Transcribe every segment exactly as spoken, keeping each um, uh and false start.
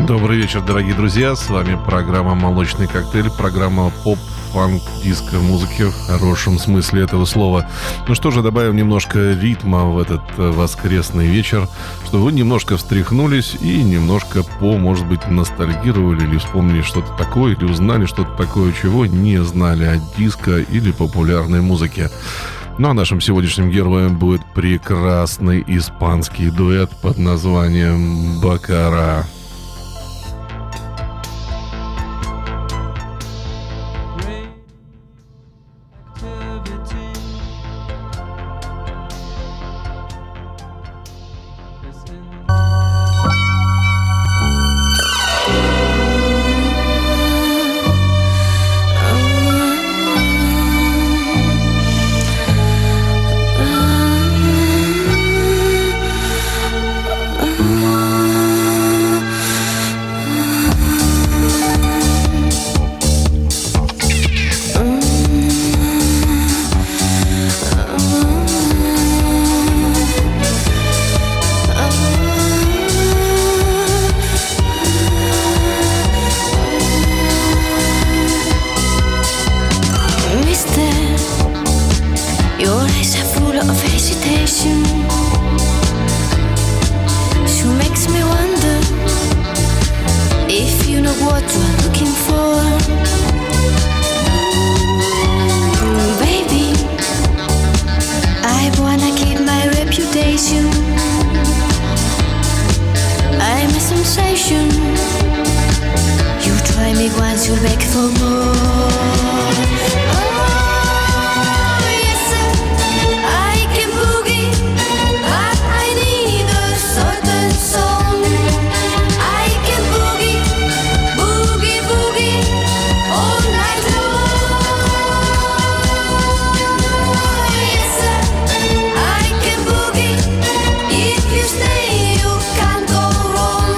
Добрый вечер, дорогие друзья. С вами программа «Молочный коктейль», программа поп, фанк, диско, музыки в хорошем смысле этого слова. Ну что же, добавим немножко ритма в этот воскресный вечер, чтобы вы немножко встряхнулись и немножко по, может быть, ностальгировали или вспомнили что-то такое, или узнали что-то такое, чего не знали о диско или популярной музыке. Ну а нашим сегодняшним героем будет прекрасный испанский дуэт под названием «Бакара».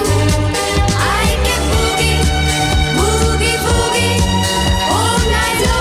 Boogie, boogie, all night long.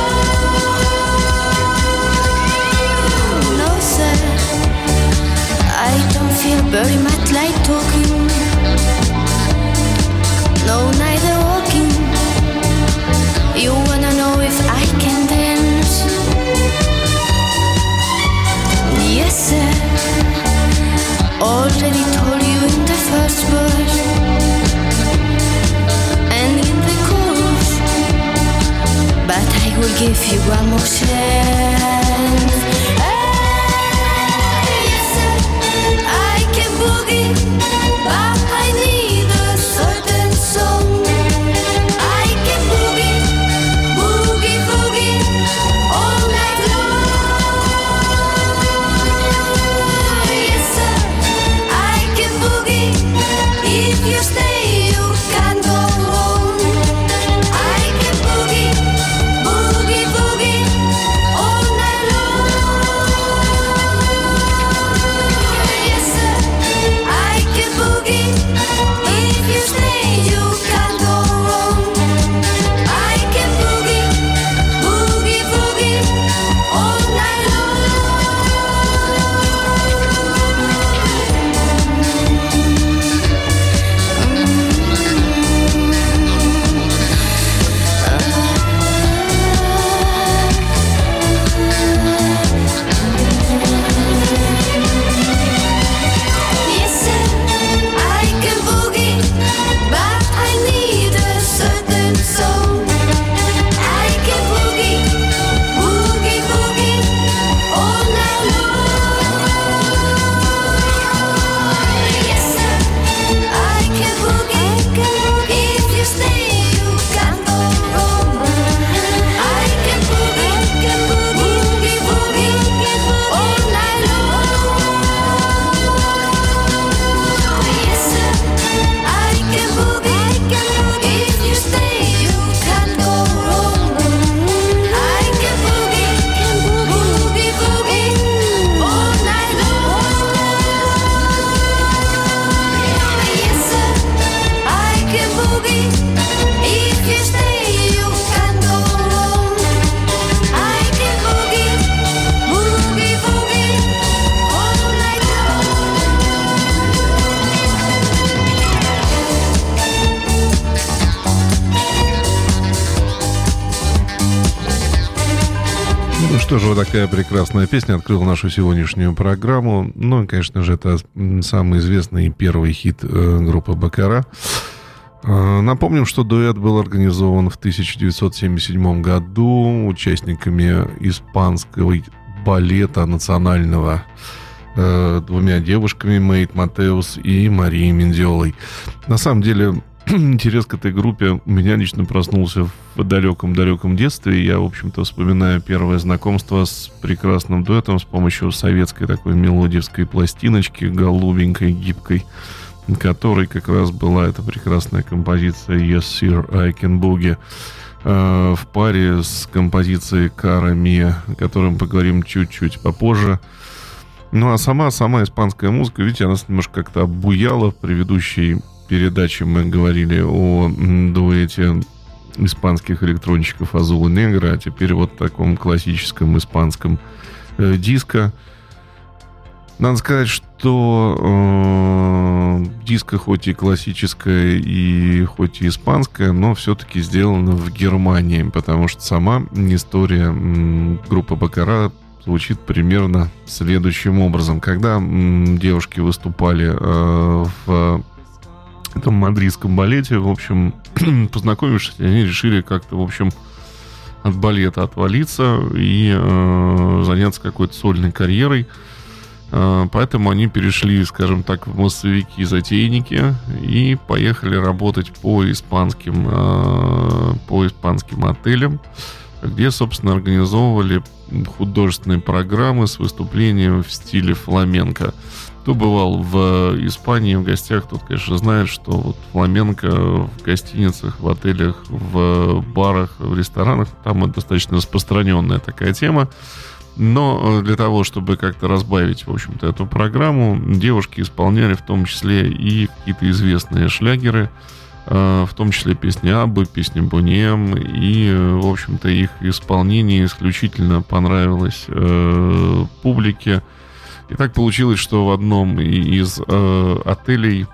Что же, вот такая прекрасная песня открыла нашу сегодняшнюю программу. Ну, и, конечно же, это самый известный первый хит группы Баккара. Напомним, что дуэт был организован в тысяча девятьсот семьдесят седьмом году участниками испанского балета национального, двумя девушками, Мэйд Матеус и Марией Мендиолой. На самом деле, интерес к этой группе у меня лично проснулся в далеком-далеком детстве. Я, в общем-то, вспоминаю первое знакомство с прекрасным дуэтом с помощью советской такой мелодиевской пластиночки, голубенькой, гибкой, которой как раз была эта прекрасная композиция «Yes, Sir, I Can Boogie», э, в паре с композицией «Кара Мия», о которой мы поговорим чуть-чуть попозже. Ну, а сама, сама испанская музыка, видите, она немножко как-то обуяла. В предыдущей передаче мы говорили о дуэте испанских электронщиков «Азул и Негро», а теперь вот в таком классическом испанском э, диско. Надо сказать, что э, диско хоть и классическое, и хоть и испанское, но все-таки сделано в Германии, потому что сама история э, группы Баккара звучит примерно следующим образом. Когда э, девушки выступали э, в этом мадридском балете, в общем, познакомившись, они решили как-то, в общем, от балета отвалиться и э, заняться какой-то сольной карьерой. Поэтому они перешли, скажем так, в массовики-затейники и поехали работать по испанским, по испанским отелям, где, собственно, организовывали художественные программы с выступлением в стиле фламенко. Кто бывал в Испании в гостях, тот, конечно, знает, что вот фламенко в гостиницах, в отелях, в барах, в ресторанах, там это достаточно распространенная такая тема. Но для того, чтобы как-то разбавить, в общем-то, эту программу, девушки исполняли в том числе и какие-то известные шлягеры, в том числе песни Аббы, песни Бонем, и, в общем-то, их исполнение исключительно понравилось э, публике. И так получилось, что в одном из э, отелей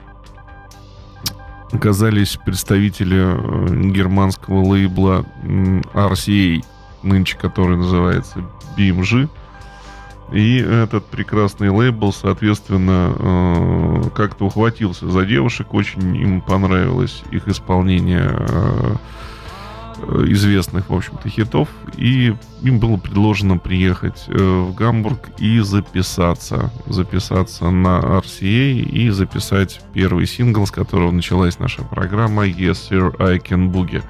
оказались представители германского лейбла ар си эй, нынче который называется би эм джи. И этот прекрасный лейбл, соответственно, э, как-то ухватился за девушек. Очень им понравилось их исполнение э, известных, в общем-то, хитов. И им было предложено приехать э, в Гамбург и записаться. Записаться на ар си эй и записать первый сингл, с которого началась наша программа «Yes, Sir, I Can Boogie».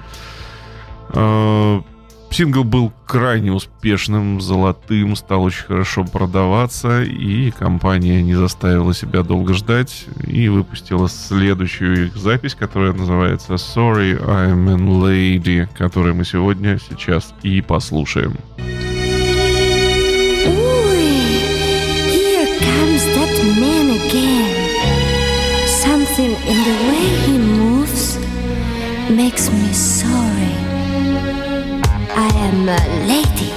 Э, Сингл был крайне успешным, золотым, стал очень хорошо продаваться, и компания не заставила себя долго ждать и выпустила следующую их запись, которая называется «Sorry, I'm a Lady», которую мы сегодня сейчас и послушаем. Makes me sorry. I am a lady.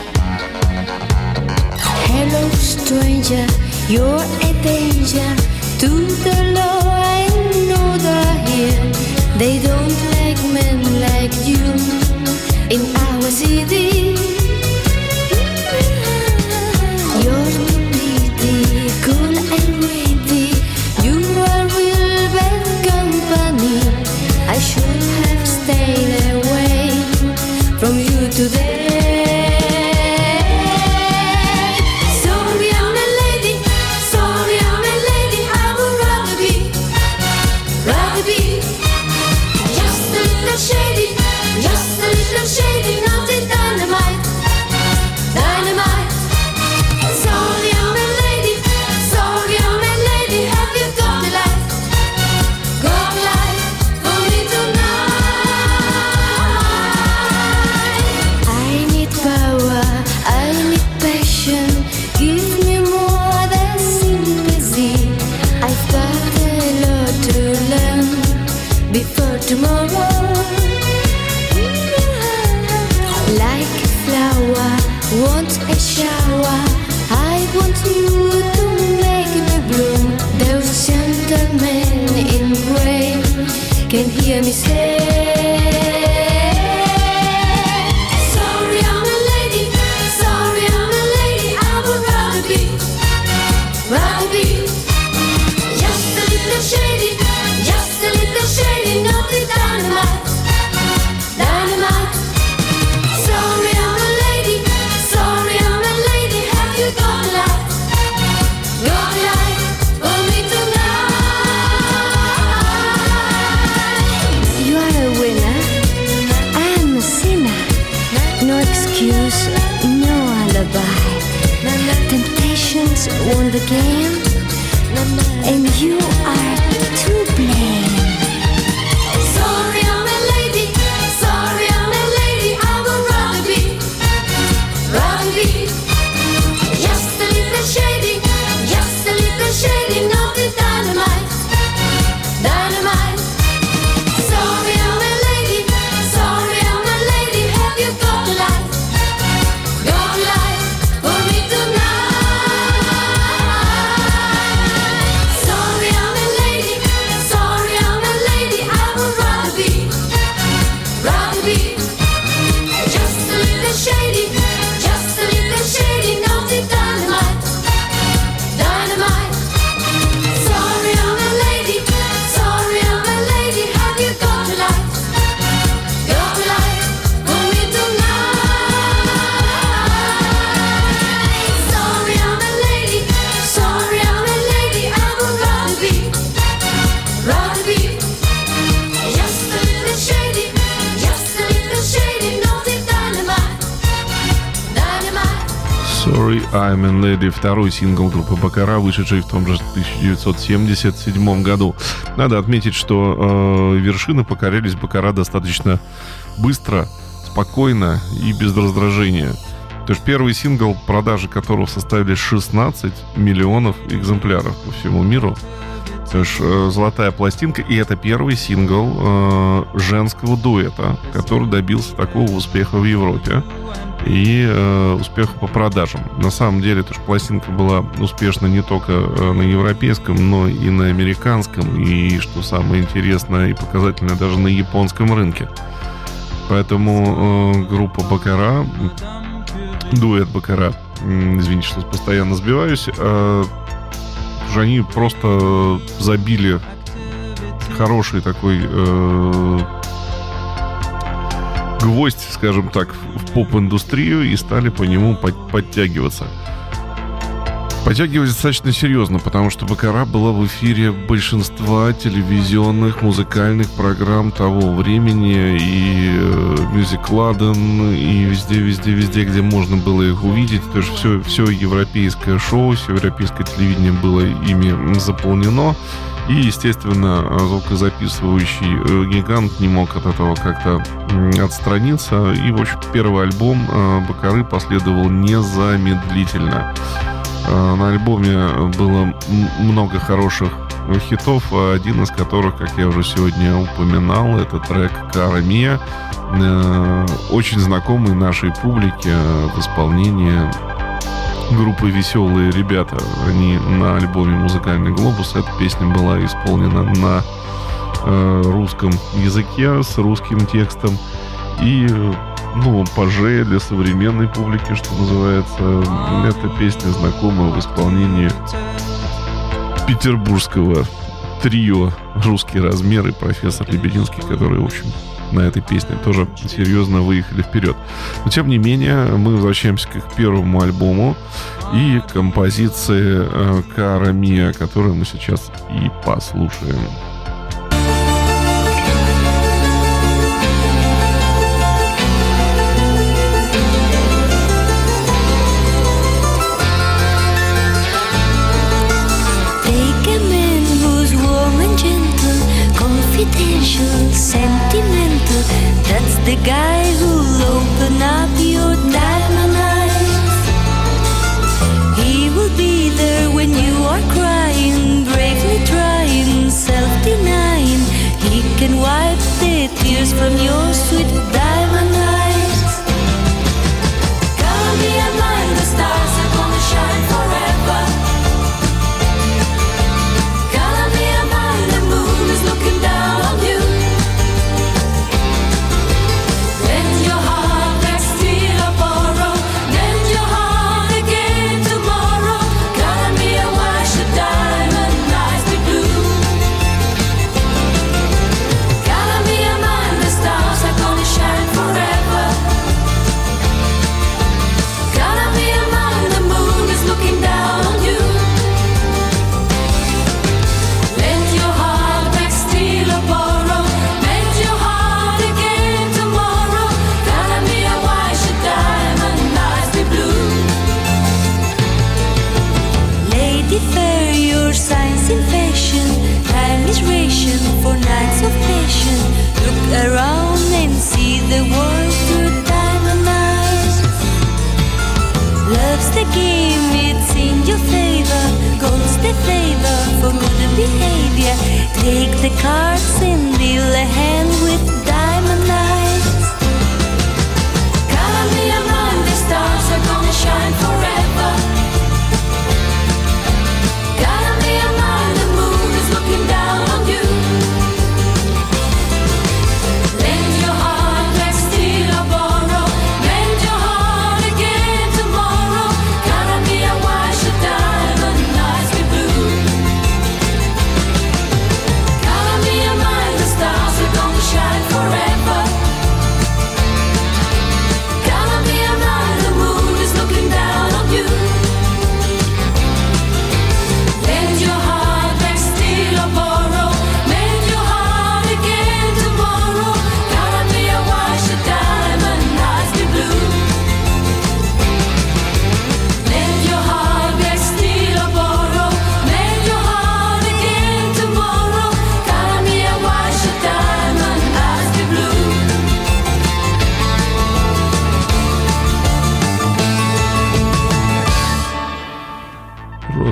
Hello, stranger, you're a danger to the law. I know they're here. They don't like men like you in our city. You're too pretty, cool and witty. You are real bad company. I should have stayed away from you today. Sorry, I'm a lady. Sorry, I'm a lady. I would rather be, rather be just a little shady, just a little shady, not a dynamite, dynamite. Sorry, I'm a lady. Sorry, I'm a lady. Have you got a life, got a life for me tonight? I need power, I need passion. Give me more than sympathy. I've got a lot to learn before tomorrow. Like a flower, want a shower. I want you to make me bloom. Those gentlemen in gray can hear me say, sorry, I'm a lady. Sorry, I'm a Sorry, I'm a Lady, второй сингл группы Баккара, вышедший в том же тысяча девятьсот семьдесят седьмом году. Надо отметить, что э, вершины покорялись Баккара достаточно быстро, спокойно и без раздражения. То есть первый сингл, продажи которого составили шестнадцать миллионов экземпляров по всему миру. То есть э, золотая пластинка, и это первый сингл э, женского дуэта, который добился такого успеха в Европе и э, успеха по продажам. На самом деле, то, что пластинка была успешна не только э, на европейском, но и на американском, и, что самое интересное и показательное, даже на японском рынке. Поэтому э, группа Баккара, дуэт Баккара, э, извините, что постоянно сбиваюсь, э, они просто забили хороший такой э, гвоздь, скажем так, в поп-индустрию и стали по нему под, подтягиваться. Подтягивались достаточно серьезно, потому что Баккара была в эфире большинства телевизионных музыкальных программ того времени, и э, Music Laden, и везде, везде, везде, где можно было их увидеть. То есть все, все европейское шоу, все европейское телевидение было ими заполнено. И, естественно, звукозаписывающий э, гигант не мог от этого как-то э, отстраниться. И, в общем, первый альбом э, Баккары последовал незамедлительно. На альбоме было много хороших хитов, один из которых, как я уже сегодня упоминал, это трек «Cara Mia», очень знакомый нашей публике в исполнении группы «Веселые ребята». Они на альбоме «Музыкальный глобус». Эта песня была исполнена на русском языке с русским текстом. И ну, поже для современной публики, что называется. Эта песня знакома в исполнении петербургского трио «Русский размер» и профессор Лебединский, которые, в общем, на этой песне тоже серьезно выехали вперед. Но, тем не менее, мы возвращаемся к их первому альбому и композиции «Cara Mia», которую мы сейчас и послушаем. Sentimental, that's the guy who'll open up your diamond eyes. He will be there when you are crying, bravely trying, self-denying. He can wipe the tears from your sweet diamond eyes. Color me and mine, the stars are gonna shine forever. Color me and mine, the moon is looking down on you. For nights of passion, look around and see the world through diamond eyes. Love's the game, it's in your favor. Gold's the flavor for good behavior. Take the cards and deal a hand with diamond eyes. Color me a mind, the stars are gonna shine forever. Color me a mind, the moon is looking down on you. Color me a mind.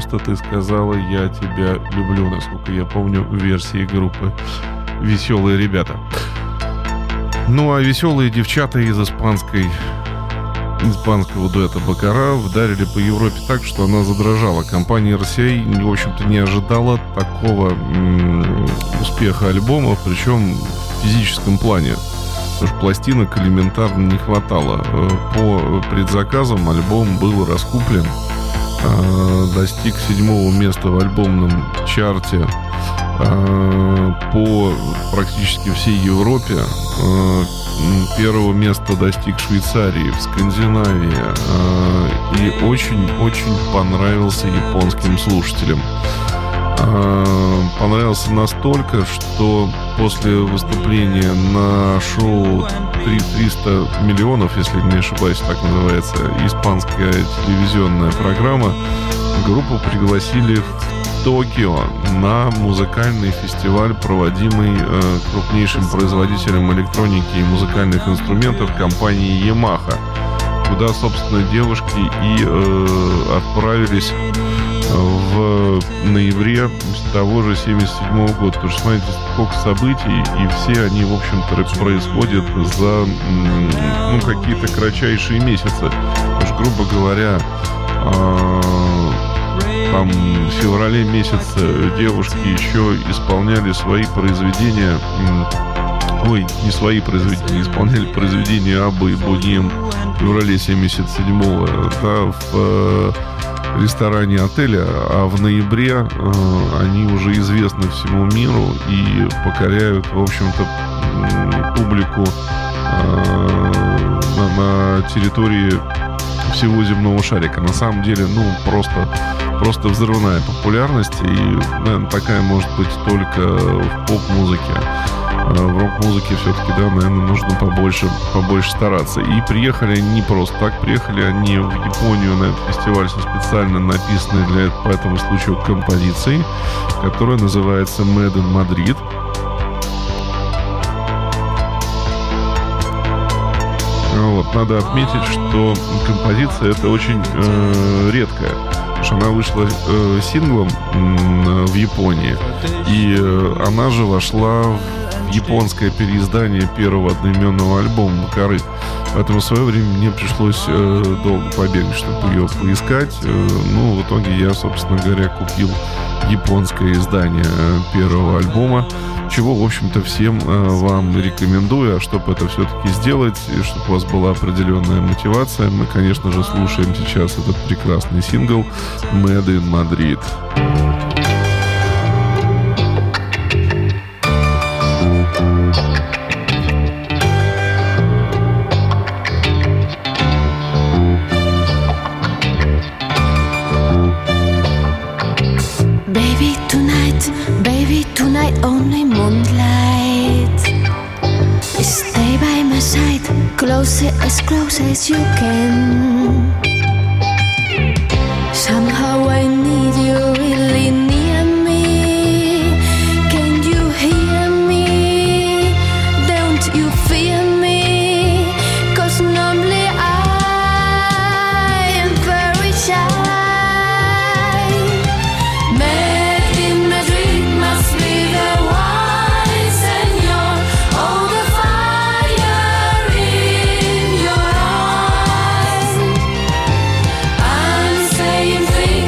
место ты сказала «Я тебя люблю», насколько я помню, в версии группы «Веселые ребята». Ну, а веселые девчата из испанской, испанского дуэта Бакара вдарили по Европе так, что она задрожала. Компания эр си эй, в общем-то, не ожидала такого м- успеха альбома, причем в физическом плане. Потому что пластинок элементарно не хватало. По предзаказам альбом был раскуплен, достиг седьмого места в альбомном чарте по практически всей Европе. Первого места достиг Швейцарии, в Скандинавии. И очень-очень понравился японским слушателям. Понравился настолько, что после выступления на шоу триста миллионов, если не ошибаюсь, так называется, испанская телевизионная программа, группу пригласили в Токио на музыкальный фестиваль, проводимый э, крупнейшим производителем электроники и музыкальных инструментов компанией Yamaha, куда, собственно, девушки и э, отправились в ноябре того же семьдесят седьмого года. Потому что, смотрите, сколько событий, и все они, в общем-то, происходят за ну, какие-то кратчайшие месяцы. Потому что, грубо говоря, там в феврале месяце девушки еще исполняли свои произведения. Ой, не свои произведения, исполняли произведения Аббы и Богем в феврале семьдесят седьмого, да, в ресторане отеля, а в ноябре э, они уже известны всему миру и покоряют, в общем-то, публику э, на, на территории всего земного шарика. На самом деле, ну, просто, просто взрывная популярность, и, наверное, такая может быть только в поп-музыке. В рок-музыке все-таки, да, наверное, нужно побольше, побольше стараться. И приехали они не просто так, приехали они в Японию на этот фестиваль со специально написанной для по этому случаю композицией, которая называется «Made in Madrid». Вот, надо отметить, что композиция эта очень э, редкая. Потому что она вышла э, синглом э, в Японии, и э, она же вошла в японское переиздание первого одноименного альбома Бакары. Поэтому в свое время мне пришлось э, долго побегать, чтобы ее поискать. Э, ну, в итоге я, собственно говоря, купил японское издание э, первого альбома, чего, в общем-то, всем э, вам рекомендую. А чтобы это все-таки сделать, и чтобы у вас была определенная мотивация, мы, конечно же, слушаем сейчас этот прекрасный сингл «Made in Madrid». Only moonlight. Stay by my side, close as close as you can. Somehow I need you really near me. Can you hear me? Don't you fear me? 'Cause normally I am very shy. Things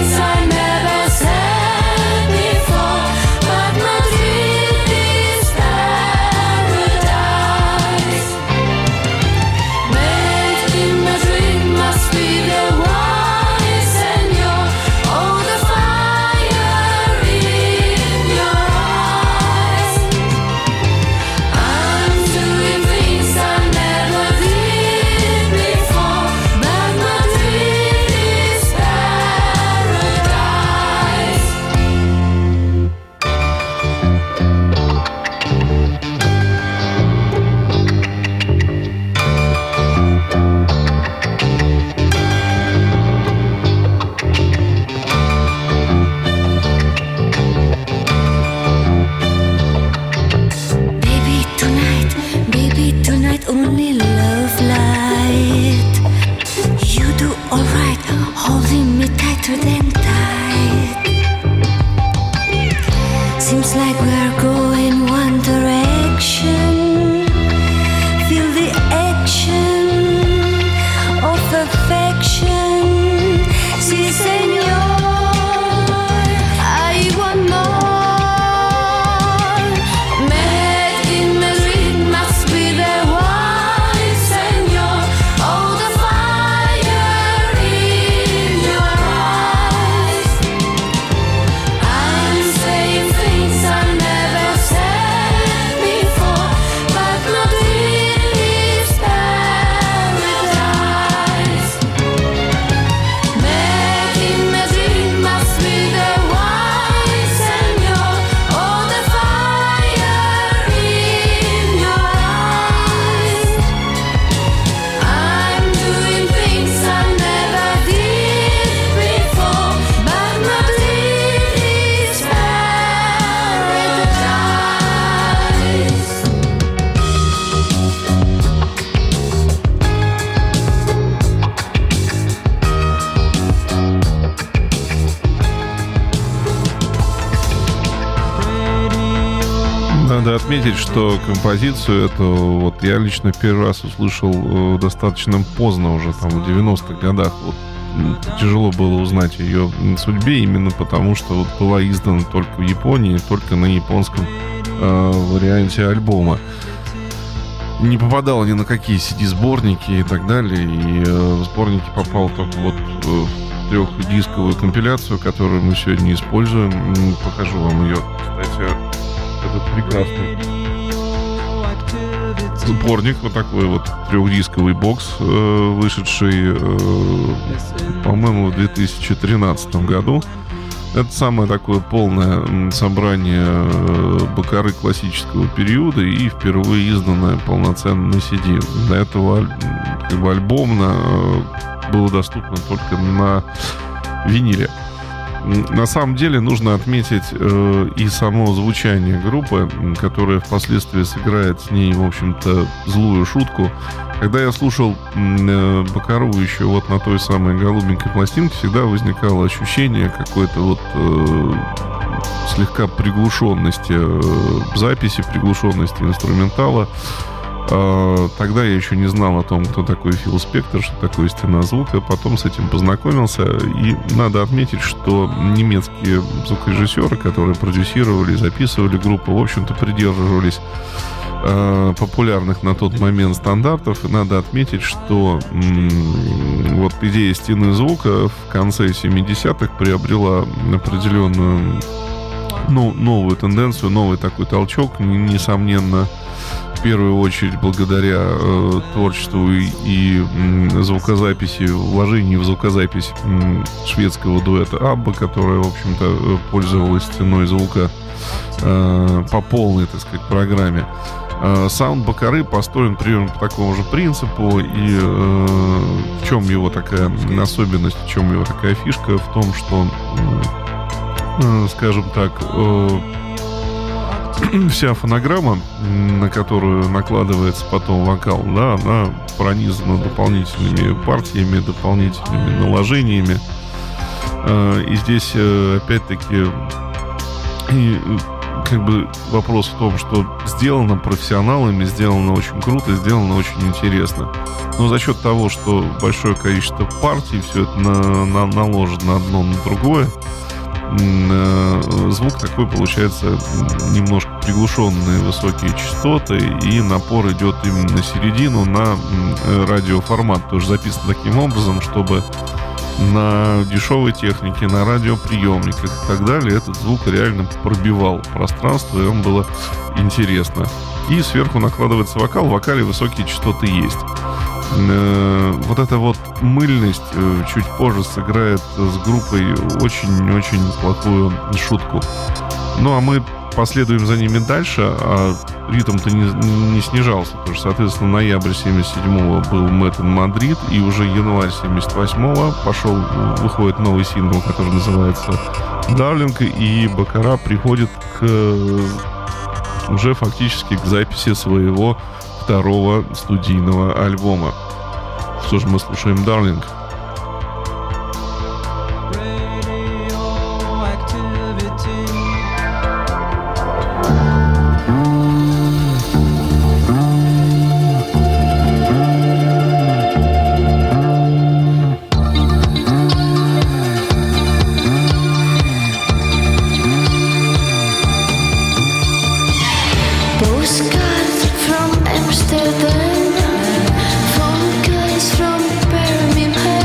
Надо отметить, что композицию эту вот я лично первый раз услышал э, достаточно поздно, уже там в девяностых годах. Вот, тяжело было узнать о ее судьбе, именно потому что вот была издана только в Японии, только на японском э, варианте альбома. Не попадала ни на какие си ди-сборники и так далее. И э, в сборники попал только вот э, в трехдисковую компиляцию, которую мы сегодня используем. Покажу вам ее, кстати, этот прекрасный сборник, вот такой вот трехдисковый бокс, э, вышедший, э, по-моему, в две тысячи тринадцатом году. Это самое такое полное собрание Бакары классического периода и впервые изданное полноценно на си ди. До этого как бы альбомно было доступно только на виниле. На самом деле нужно отметить э, и само звучание группы, которое впоследствии сыграет с ней, в общем-то, злую шутку. Когда я слушал э, Бакару еще вот на той самой голубенькой пластинке, всегда возникало ощущение какой-то вот э, слегка приглушенности э, записи, приглушенности инструментала. Э, тогда я еще не знал о том, кто такой Фил Спектор, что такое стена звука. Потом с этим познакомился. И надо отметить, что немецкие звукорежиссеры, которые продюсировали, записывали группу, в общем-то, придерживались популярных на тот момент стандартов. И надо отметить, что м- вот идея стены звука в конце семидесятых приобрела определенную, ну, новую тенденцию, новый такой толчок, несомненно, в первую очередь благодаря э, творчеству и, и м, звукозаписи, вложению в звукозапись м, шведского дуэта Абба, которая, в общем-то, пользовалась стеной звука э, по полной, так сказать, программе. Саунд Бакары построен примерно по такому же принципу. И э, в чем его такая особенность, в чем его такая фишка? В том, что, э, скажем так, э, вся фонограмма, на которую накладывается потом вокал, да, она пронизана дополнительными партиями, дополнительными наложениями. Э, и здесь, э, опять-таки, и, как бы вопрос в том, что сделано профессионалами, сделано очень круто, сделано очень интересно. Но за счет того, что большое количество партий, все это на, на, наложено одно на другое, звук такой получается немножко приглушенные высокие частоты, и напор идет именно на середину, на радиоформат. Тоже записано таким образом, чтобы на дешевой технике, на радиоприемниках и так далее этот звук реально пробивал пространство, и он было интересно. И сверху накладывается вокал, в вокале высокие частоты есть. Вот эта вот мыльность чуть позже сыграет с группой очень-очень плохую шутку. Ну, а мы последуем за ними дальше, а ритм-то не, не снижался, потому что, соответственно, ноябрь семьдесят седьмого был Mad in Madrid, и уже январь семьдесят восьмого пошел, выходит новый сингл, который называется Darling, и Бакара приходит к уже фактически к записи своего второго студийного альбома. Что же, мы слушаем Darling. From Amsterdam, phone guys from Birmingham.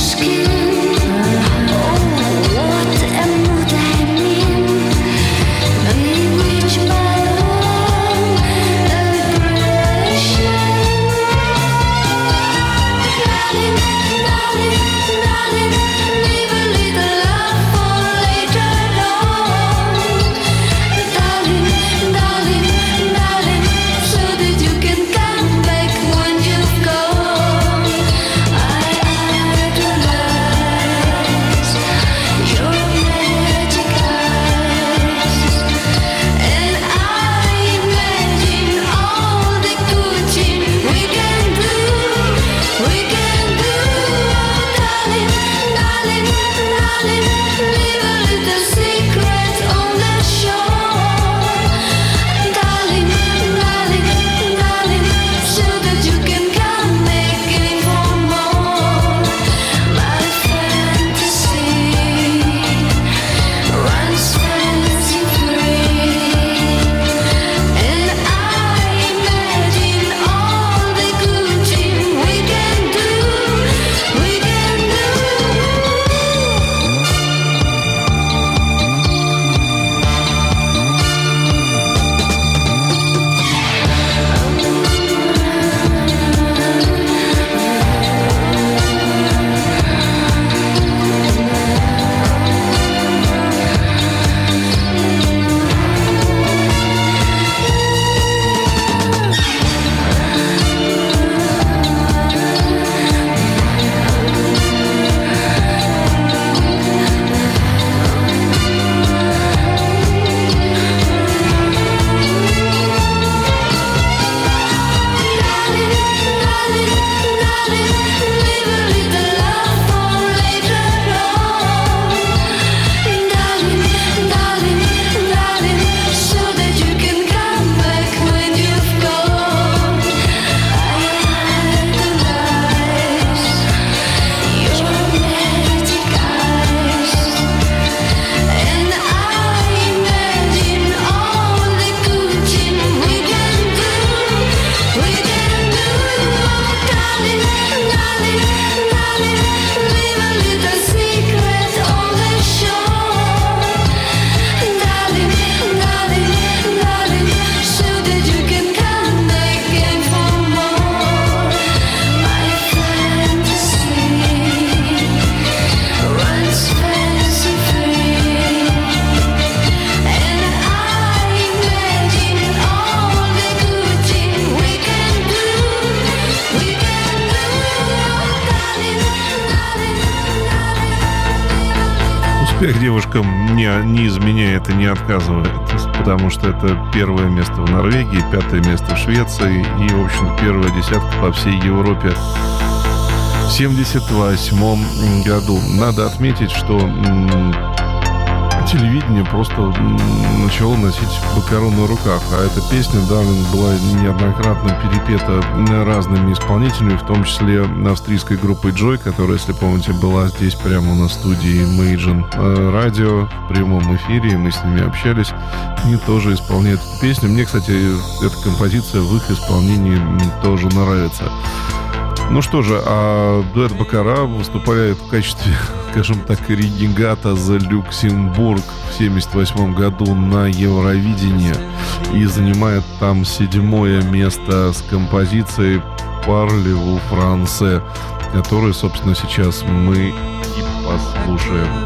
Успех девушкам не, не изменяет и не отказывает, потому что это первое место в Норвегии, пятое место в Швеции и, в общем, первая десятка по всей Европе в семьдесят восьмом году. Надо отметить, что м- телевидение просто м- начало носить бакару на руках, а эта песня, Darling, была неоднократно перепета разными исполнителями, в том числе австрийской группой Joy, которая, если помните, была здесь прямо на студии Imagine Radio в прямом эфире, и мы с ними общались. Они тоже исполняют эту песню. Мне, кстати, эта композиция в их исполнении тоже нравится. Ну что же, а дуэт Бакара выступает в качестве, скажем так, ренегата за Люксембург в семьдесят восьмом году на Евровидении и занимает там седьмое место с композицией «Parlez-vous français», которую, собственно, сейчас мы и послушаем.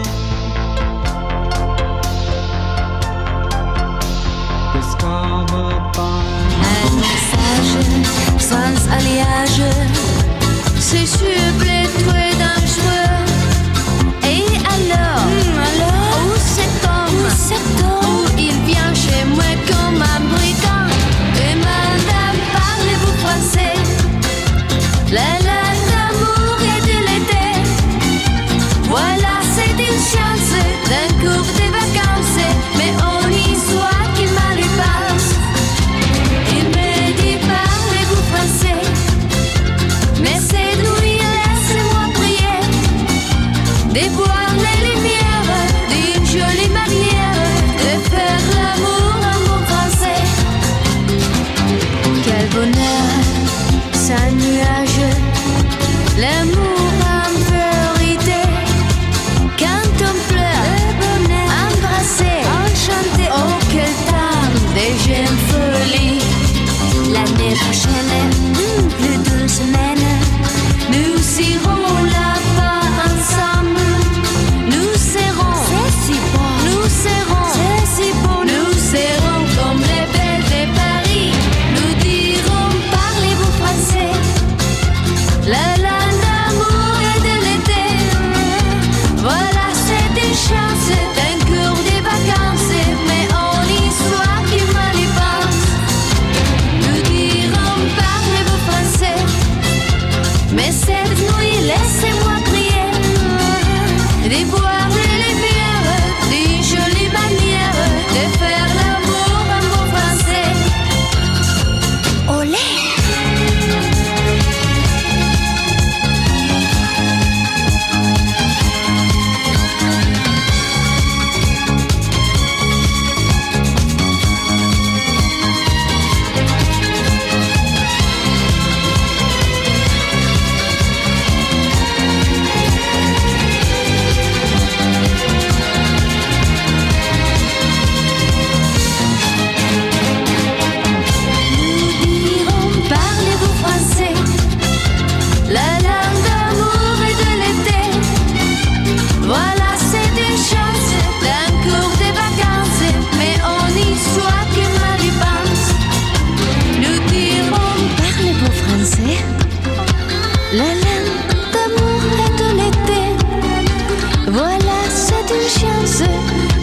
Sans alliage, c'est super très dangereux. Et alors, mmh, alors où cet homme, où cet homme, où il vient chez moi comme un brigand. Et madame, parlez-vous français? La la d'amour et de l'été. Voilà, c'est une chance d'un cours de vacances. Mais on y soit qu'il m'a lui passe. Il me dit parlez-vous français? Mais cette nuit, laissez-moi prier.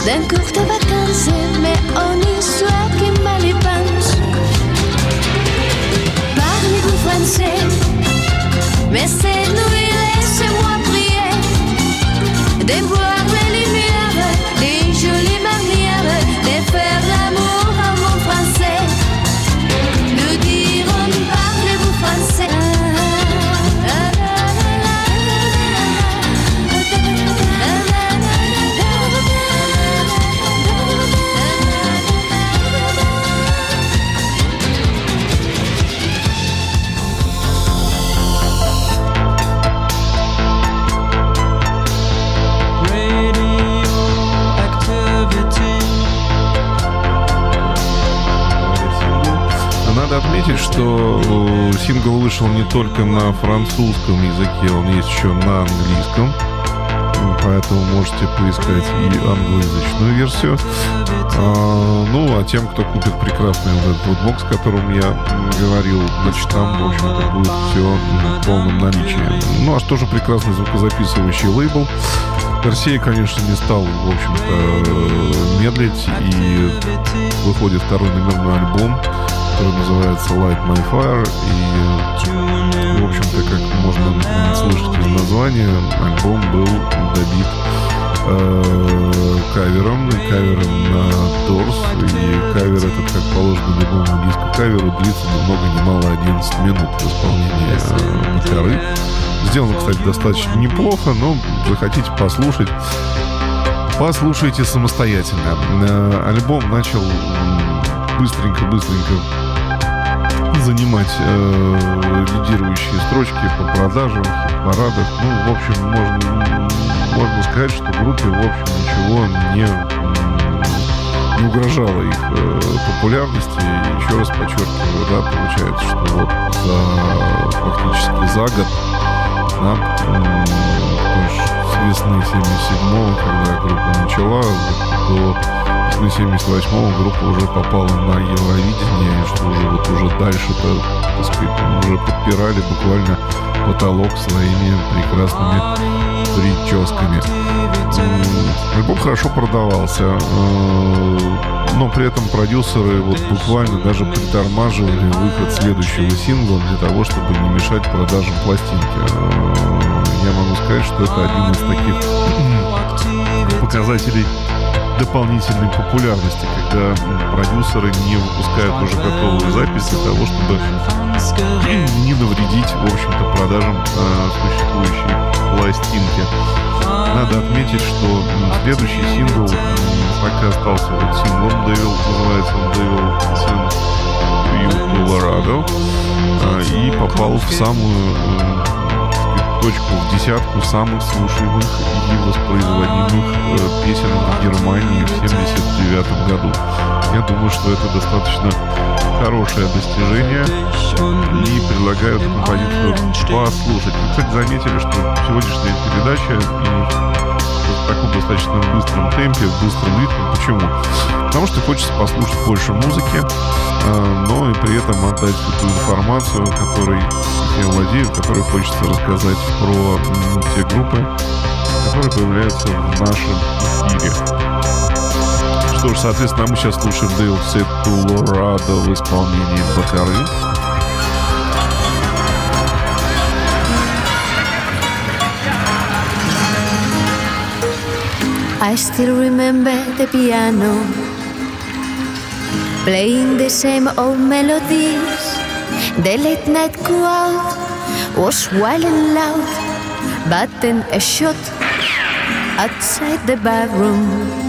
d'un courtes vacances, mais en histoire qui mal y pense. Parlez-vous français? Mais c'est nous, laissez-moi prier de voir les lumières, des jolies manières de faire l'amour en mon français. Nous dirons, parlez-vous français? Надо отметить, что сингл вышел не только на французском языке, он есть еще на английском. Поэтому можете поискать и англоязычную версию. А, ну, а тем, кто купит прекрасный вот этот вот бокс, о котором я говорил, значит, там, в общем-то, будет все в полном наличии. Ну, а что же прекрасный звукозаписывающий лейбл? Персей, конечно, не стал, в общем-то, медлить, и выходит второй номерной альбом, который называется Light My Fire, и, в общем-то, как можно слышать из названия, альбом был добит э, кавером, кавером на Doors, и кавер этот, как положено любому диско-каверу, длится ни много ни мало одиннадцать минут в исполнении э, Бакары. Сделано, кстати, достаточно неплохо, но захотите послушать, послушайте самостоятельно. Э, альбом начал быстренько-быстренько занимать э, лидирующие строчки по продажам, в парадах. Ну, в общем, можно, можно сказать, что группе, в общем, ничего не, не угрожало их э, популярности. И еще раз подчеркиваю, да, получается, что вот за, фактически за год, да, э, с весны семьдесят седьмого, когда группа начала, до весны семьдесят восьмого группа уже попала на Евровидение, и что уже вот уже дальше-то, так сказать, уже подпирали буквально потолок своими прекрасными прическами. Альбом хорошо продавался, но при этом продюсеры вот буквально даже притормаживали выход следующего сингла для того, чтобы не мешать продажам пластинки. Я могу сказать, что это один из таких показателей дополнительной популярности, когда продюсеры не выпускают уже готовую запись для того, чтобы не навредить, в общем-то, продажам э, существующей пластинки. Надо отметить, что следующий сингл так и остался вот синглом Devil, называется он Devil Sent You to Laredo, э, и попал в самую э, точку, в десятку самых слушаемых и воспроизводимых э, песен в Германии в семьдесят девятом году. Я думаю, что это достаточно хорошее достижение, и предлагаю эту композицию послушать. Вы, кстати, заметили, что сегодняшняя передача в таком достаточно быстром темпе, в быстром ритме. Почему? Потому что хочется послушать больше музыки, но и при этом отдать ту информацию, которой я владею, которой хочется рассказать про те группы, которые появляются в нашем эфире. Что ж, соответственно, мы сейчас слушаем Devil Sent You to Laredo в исполнении Бакары. I still remember the piano playing the same old melodies. The late night crowd was wild and loud, but then a shot outside the barroom,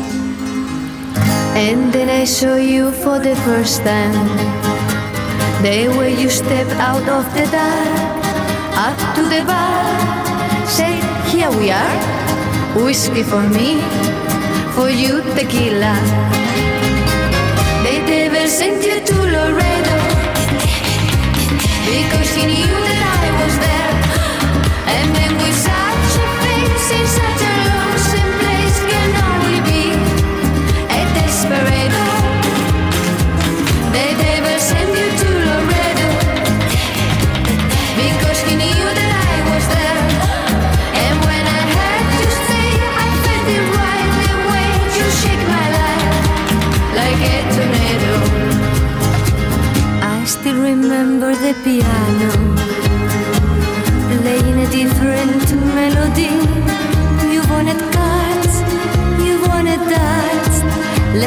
and then I saw you for the first time. The way you stepped out of the dark up to the bar, said, "Here we are, whiskey for me, for you tequila." The devil sent you to Laredo because he knew that I was there. And then with such a face in such a lonesome place can only be a desperado. The devil sent you to Laredo because he knew that I was there. And when I had to stay, I felt it right the way you shake my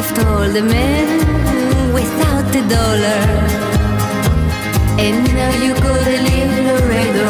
left all the men without the dollar, and now you go to live Laredo.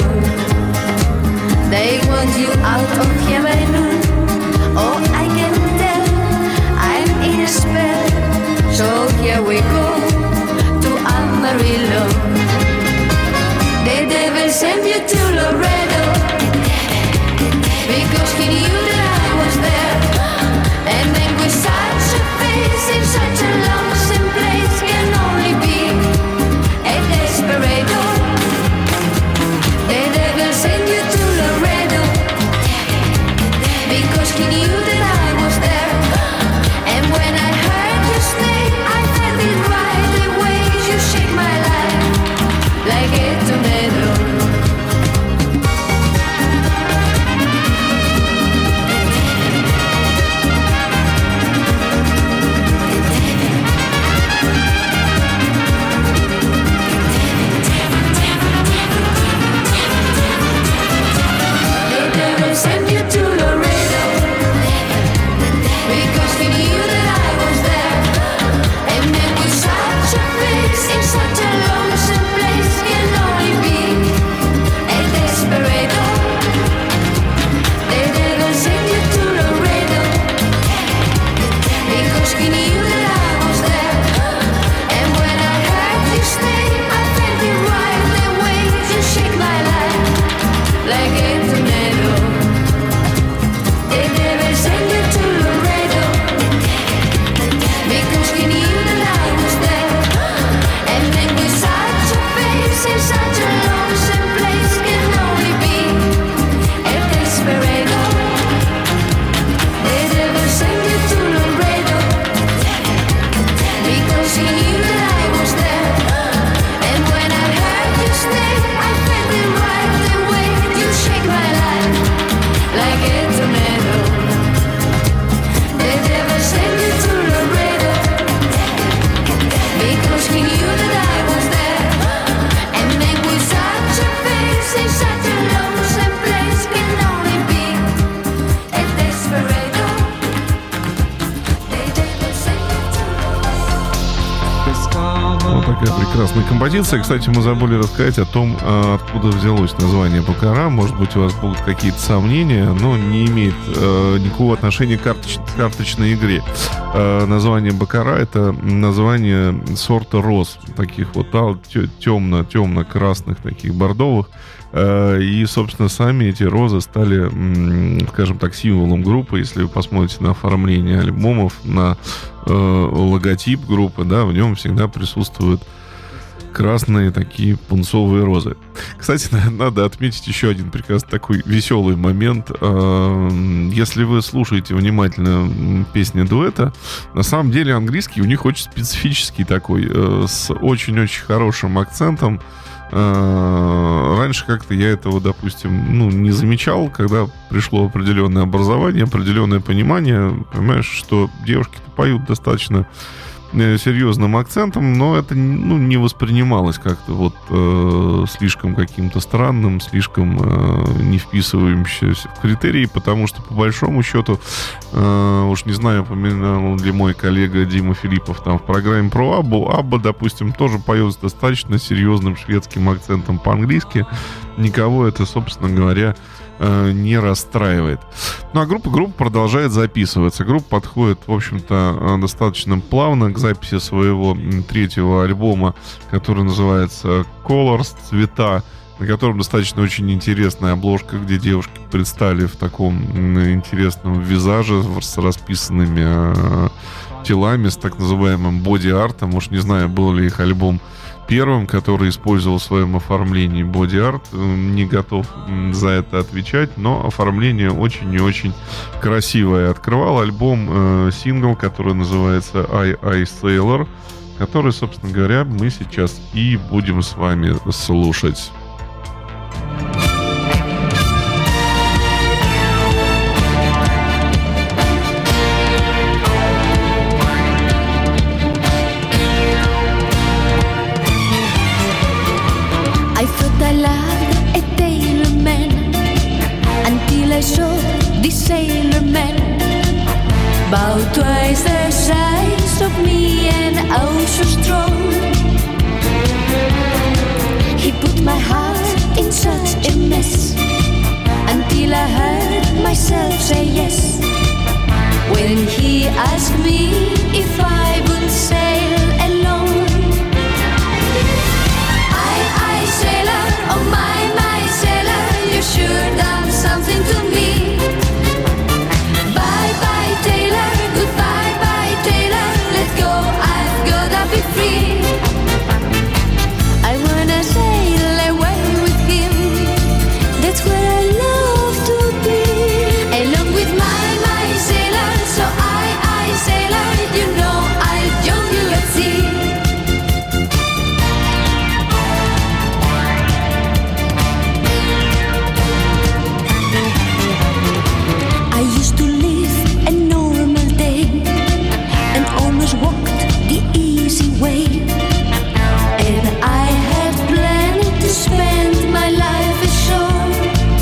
They want you out of here by noon. Oh, I can tell I'm in a spell. So here we go to Amarillo. The devil sent you to Laredo because he knew that I was there. And then with such a face in such a lonesome place can only be a desperado. The devil sent you to Laredo because he knew that I was there. And when I heard his name, I felt it right away. You shake my life like a tornado. Send you to Laredo because he knew that I was there. And then with such a face in such a lonesome place can only be a desperado. The devil sent you to Laredo because he knew that I was there. And when I heard his name, I felt it right away. You shake my life like a tornado. Send you to Laredo because he knew that I was there. And then with such a face in such a lonesome place can only be a desperado. The devil sent you to Laredo because he knew that I was there. And when I heard his name, I felt it right away. You shake my life like a tornado. Send you to Laredo because he knew that I was there. And then with such a face in such a lonesome place can only be a desperado. Вот такая прекрасная композиция. Кстати, мы забыли рассказать о том, откуда взялось название Баккара. Может быть, у вас будут какие-то сомнения, но не имеет э, никакого отношения к карточ- карточной игре. Э, название Баккара — это название сорта роз, таких вот темно, темно-красных, таких бордовых. Э, и, собственно, сами эти розы стали, м, скажем так, символом группы. Если вы посмотрите на оформление альбомов, на э, логотип группы, да, в нем всегда присутствуют красные такие пунцовые розы. Кстати, надо отметить еще один прекрасный такой веселый момент. Если вы слушаете внимательно песни дуэта, на самом деле английский у них очень специфический такой, с очень-очень хорошим акцентом. Раньше как-то я этого, допустим, ну, не замечал, когда пришло определенное образование, определенное понимание, понимаешь, что девушки-то поют достаточно серьезным акцентом, но это, ну, не воспринималось как-то вот э, слишком каким-то странным, слишком э, не вписывающимся в критерии, потому что, по большому счету, э, уж не знаю, упоминал ли мой коллега Дима Филиппов там в программе про Аббу, Абба, допустим, тоже поет с достаточно серьезным шведским акцентом по-английски. Никого это, собственно говоря, не расстраивает. Ну а группа, группа продолжает записываться. Группа подходит, в общем-то, достаточно плавно к записи своего третьего альбома, который называется Colors, цвета, на котором достаточно очень интересная обложка, где девушки предстали в таком интересном визаже с расписанными телами, с так называемым боди-артом. Уж не знаю, был ли их альбом первым, который использовал в своем оформлении боди-арт. Не готов за это отвечать, но оформление очень и очень красивое. Открывал альбом э, сингл, который называется I, I Sailor, который, собственно говоря, мы сейчас и будем с вами слушать. About twice the size parts of me and oh so strong. He put my heart in such a mess until I heard myself say yes. When he asked me if I would sail alone, I, I, sailor, oh my, my sailor, you sure done something to me. Bye, bye, Taylor, goodbye, bye, Taylor, let go, I've gotta be free. I wanna sail away with him, that's where I love to be. Along with my, my sailor, so I, I, sailor, you know I'll join you at sea. I used to live a normal day and almost walked the easy way. And I had planned to spend my life ashore.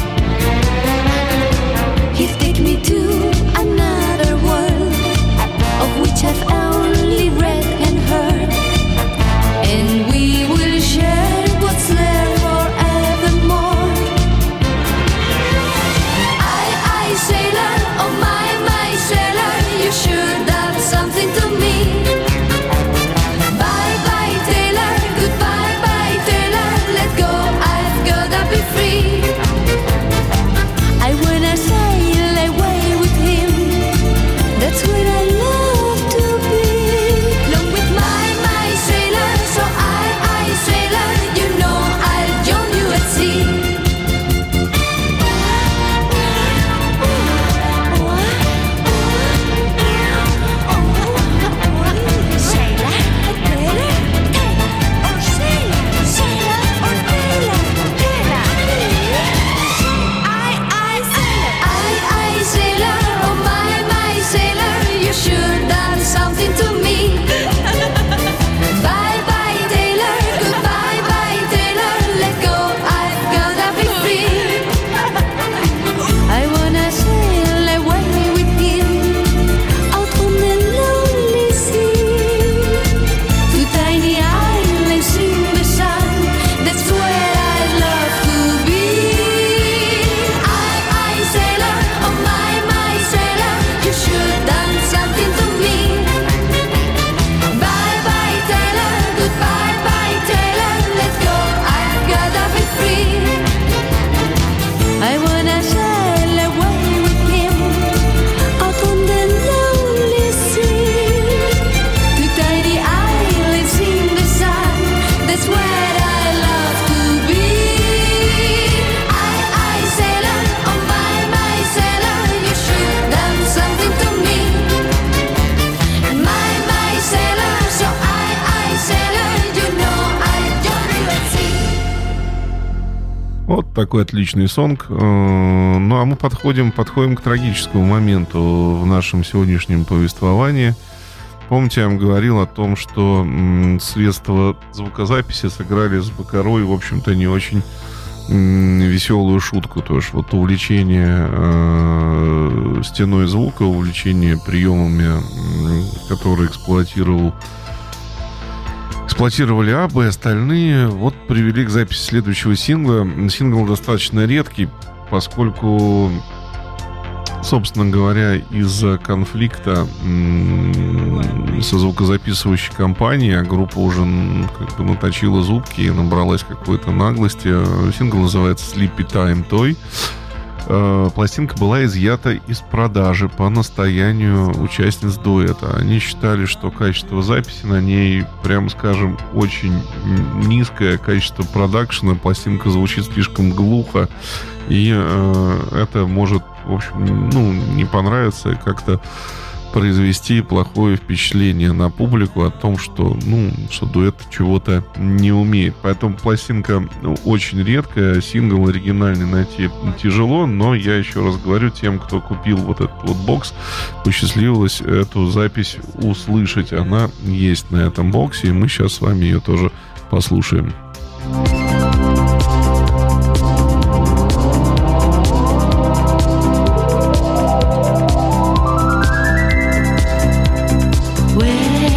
He'd take me to another world of which I've only read and heard. And we will share what's there forevermore. I, I, sailor, oh my, my sailor, you sure done something to me. Bye, bye, Taylor, goodbye, bye, Taylor, let go, I've gotta be free. I wanna sail away with him, that's where I love to be. Along with my, my sailor, so I, I, sailor, you know I'll join you at sea. Вот такой отличный сонг. Ну, а мы подходим, подходим к трагическому моменту в нашем сегодняшнем повествовании. Помните, я вам говорил о том, что средства звукозаписи сыграли с Бакарой, в общем-то, не очень веселую шутку. То есть вот увлечение э, стеной звука, увлечение приемами, которые эксплуатировал эксплуатировали Абба и остальные, вот привели к записи следующего сингла. Сингл достаточно редкий, поскольку, собственно говоря, из-за конфликта м- со звукозаписывающей компанией, а группа уже как бы наточила зубки и набралась какой-то наглости. Сингл называется Sleepy Time Toy. Пластинка была изъята из продажи по настоянию участниц дуэта. Они считали, что качество записи на ней, прямо скажем, очень низкое. Качество продакшена, пластинка звучит слишком глухо. И э, это может, в общем, ну, не понравиться и как-то произвести плохое впечатление на публику о том, что, ну, что дуэт чего-то не умеет. Поэтому пластинка, ну, очень редкая. Сингл оригинальный найти тяжело, но я еще раз говорю, тем, кто купил вот этот вот бокс, посчастливилось эту запись услышать. Она есть на этом боксе, и мы сейчас с вами ее тоже послушаем. Where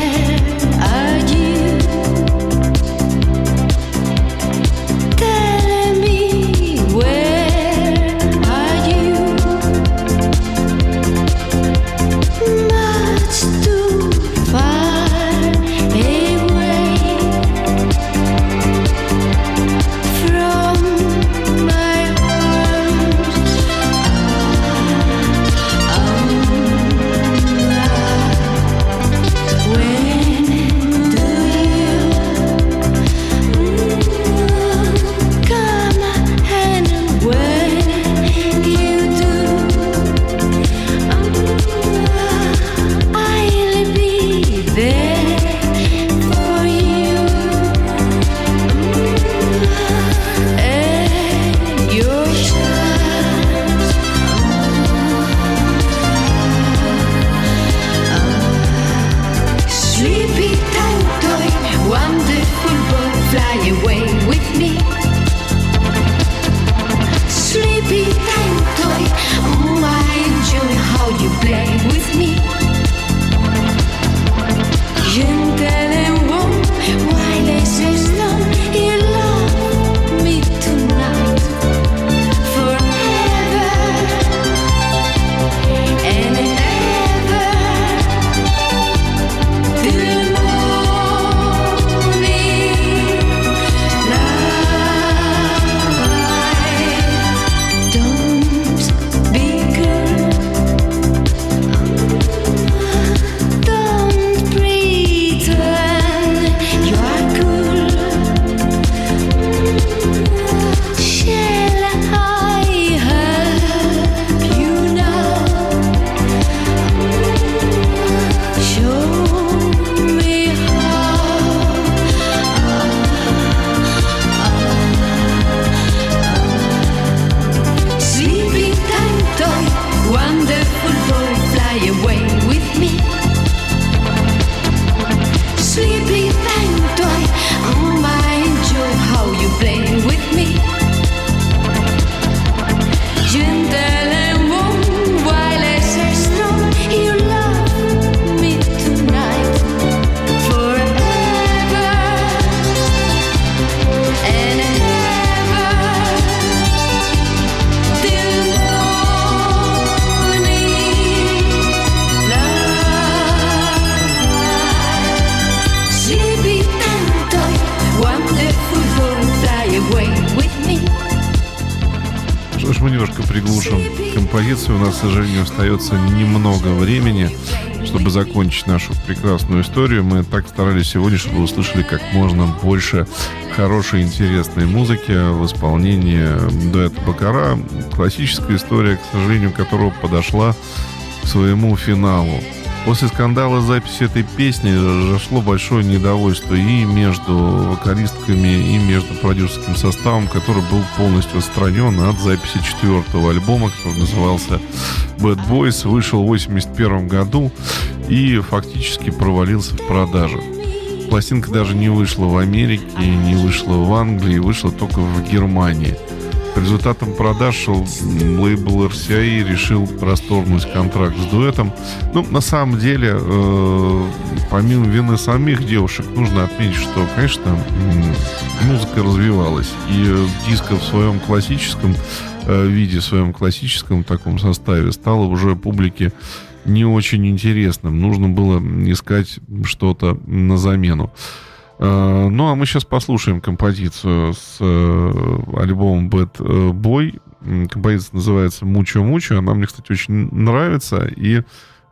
композиции. У нас, к сожалению, остается немного времени, чтобы закончить нашу прекрасную историю. Мы так старались сегодня, чтобы вы услышали как можно больше хорошей, интересной музыки в исполнении дуэта Баккара. Классическая история, к сожалению, которая подошла к своему финалу. После скандала записи этой песни зашло большое недовольство и между вокалистками, и между продюсерским составом, который был полностью отстранен от записи четвертого альбома, который назывался Bad Boys, вышел в восемьдесят первом году и фактически провалился в продажах. Пластинка даже не вышла в Америке, не вышла в Англии, вышла только в Германии. По результатам продаж лейбл эр си ай решил расторгнуть контракт с дуэтом. Ну, на самом деле, э, помимо вины самих девушек, нужно отметить, что, конечно, музыка развивалась. И диско в своем классическом э, виде, в своем классическом таком составе стало уже публике не очень интересным. Нужно было искать что-то на замену. Ну, а мы сейчас послушаем композицию с э, альбомом Bad Boy. Композиция называется «Мучо Мучо». Она мне, кстати, очень нравится. И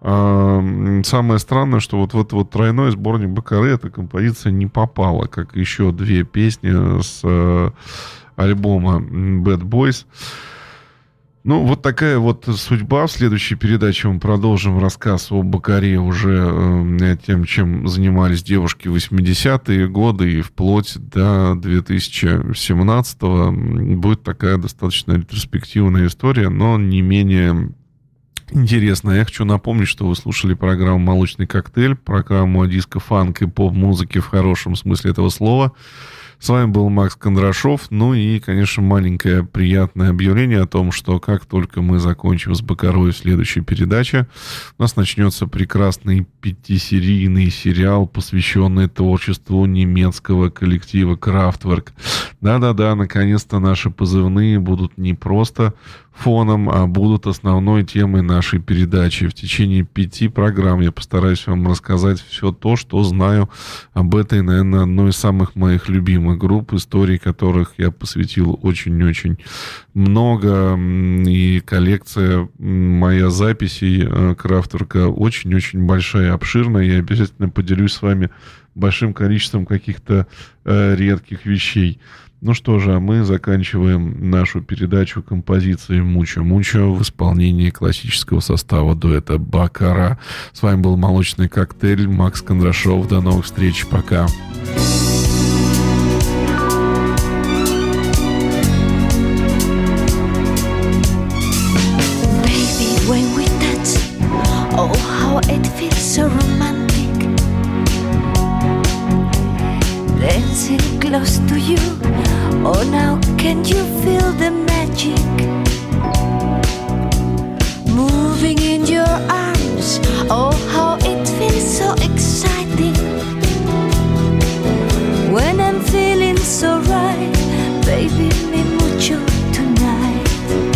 э, самое странное, что вот в этот вот тройной сборник Баккары эта композиция не попала, как еще две песни с э, альбома Bad Boys. Ну, вот такая вот судьба. В следующей передаче мы продолжим рассказ о Баккаре уже э, тем, чем занимались девушки в восьмидесятые годы и вплоть до две тысячи семнадцатого. Будет такая достаточно ретроспективная история, но не менее интересная. Я хочу напомнить, что вы слушали программу «Молочный коктейль», программу о диско, фанк и поп-музыке в хорошем смысле этого слова. С вами был Макс Кондрашов. Ну и, конечно, маленькое приятное объявление о том, что как только мы закончим с Баккарой в следующей передаче, у нас начнется прекрасный пятисерийный сериал, посвященный творчеству немецкого коллектива Kraftwerk. Да-да-да, наконец-то наши позывные будут не просто фоном, а будут основной темой нашей передачи. В течение пяти программ я постараюсь вам рассказать все то, что знаю об этой, наверное, одной из самых моих любимых групп, истории которых я посвятил очень-очень много. И коллекция моя записей Kraftwerk очень-очень большая, обширная. Я обязательно поделюсь с вами большим количеством каких-то э, редких вещей. Ну что же, а мы заканчиваем нашу передачу композицией «Мучо Мучо» в исполнении классического состава дуэта Баккара. С вами был «Молочный коктейль», Макс Кондрашов. До новых встреч, пока. Close to you, oh now can you feel the magic moving in your arms? Oh how it feels so exciting when I'm feeling so right, baby me mucho tonight.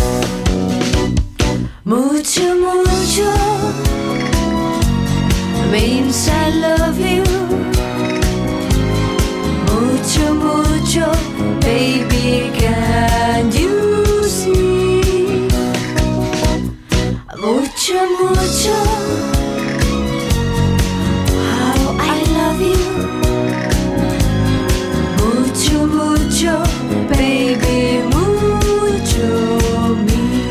Mucho mucho means I love you. Mucho, mucho, baby, can you see? Mucho, mucho, how I love you. Mucho, mucho, baby, mucho me.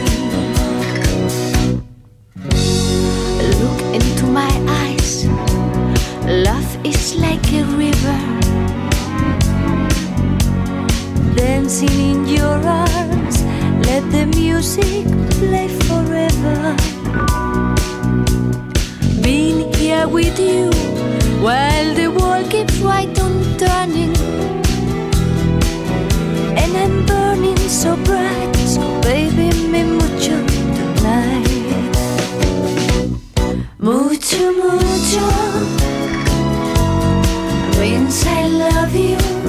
Look into my eyes, love is like a river dancing in your arms, let the music play forever. Being here with you while the world keeps right on turning, and I'm burning so bright, so baby me mucho tonight. Mucho, mucho means I love you.